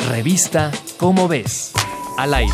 Revista Cómo Ves, al aire.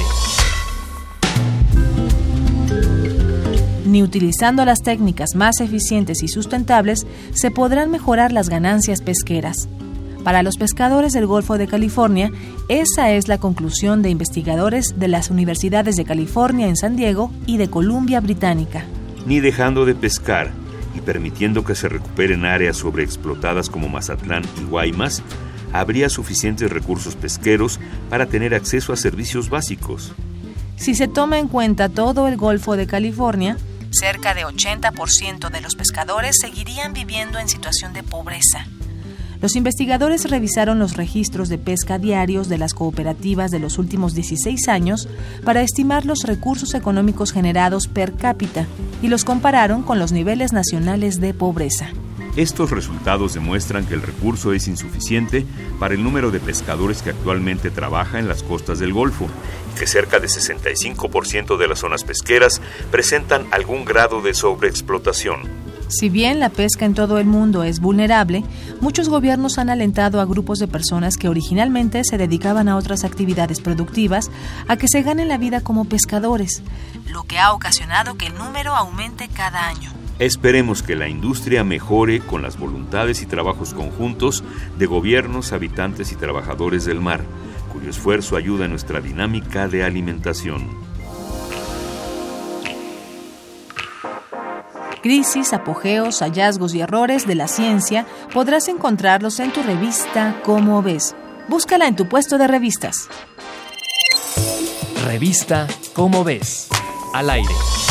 Ni utilizando las técnicas más eficientes y sustentables se podrán mejorar las ganancias pesqueras. Para los pescadores del Golfo de California, esa es la conclusión de investigadores de las universidades de California en San Diego y de Columbia Británica. Ni dejando de pescar y permitiendo que se recuperen áreas sobreexplotadas como Mazatlán y Guaymas, habría suficientes recursos pesqueros para tener acceso a servicios básicos. Si se toma en cuenta todo el Golfo de California, cerca de 80% de los pescadores seguirían viviendo en situación de pobreza. Los investigadores revisaron los registros de pesca diarios de las cooperativas de los últimos 16 años para estimar los recursos económicos generados per cápita y los compararon con los niveles nacionales de pobreza. Estos resultados demuestran que el recurso es insuficiente para el número de pescadores que actualmente trabaja en las costas del Golfo, y que cerca de 65% de las zonas pesqueras presentan algún grado de sobreexplotación. Si bien la pesca en todo el mundo es vulnerable, muchos gobiernos han alentado a grupos de personas que originalmente se dedicaban a otras actividades productivas a que se ganen la vida como pescadores, lo que ha ocasionado que el número aumente cada año. Esperemos que la industria mejore con las voluntades y trabajos conjuntos de gobiernos, habitantes y trabajadores del mar, cuyo esfuerzo ayuda a nuestra dinámica de alimentación. Crisis, apogeos, hallazgos y errores de la ciencia podrás encontrarlos en tu revista Cómo Ves. Búscala en tu puesto de revistas. Revista Cómo Ves, al aire.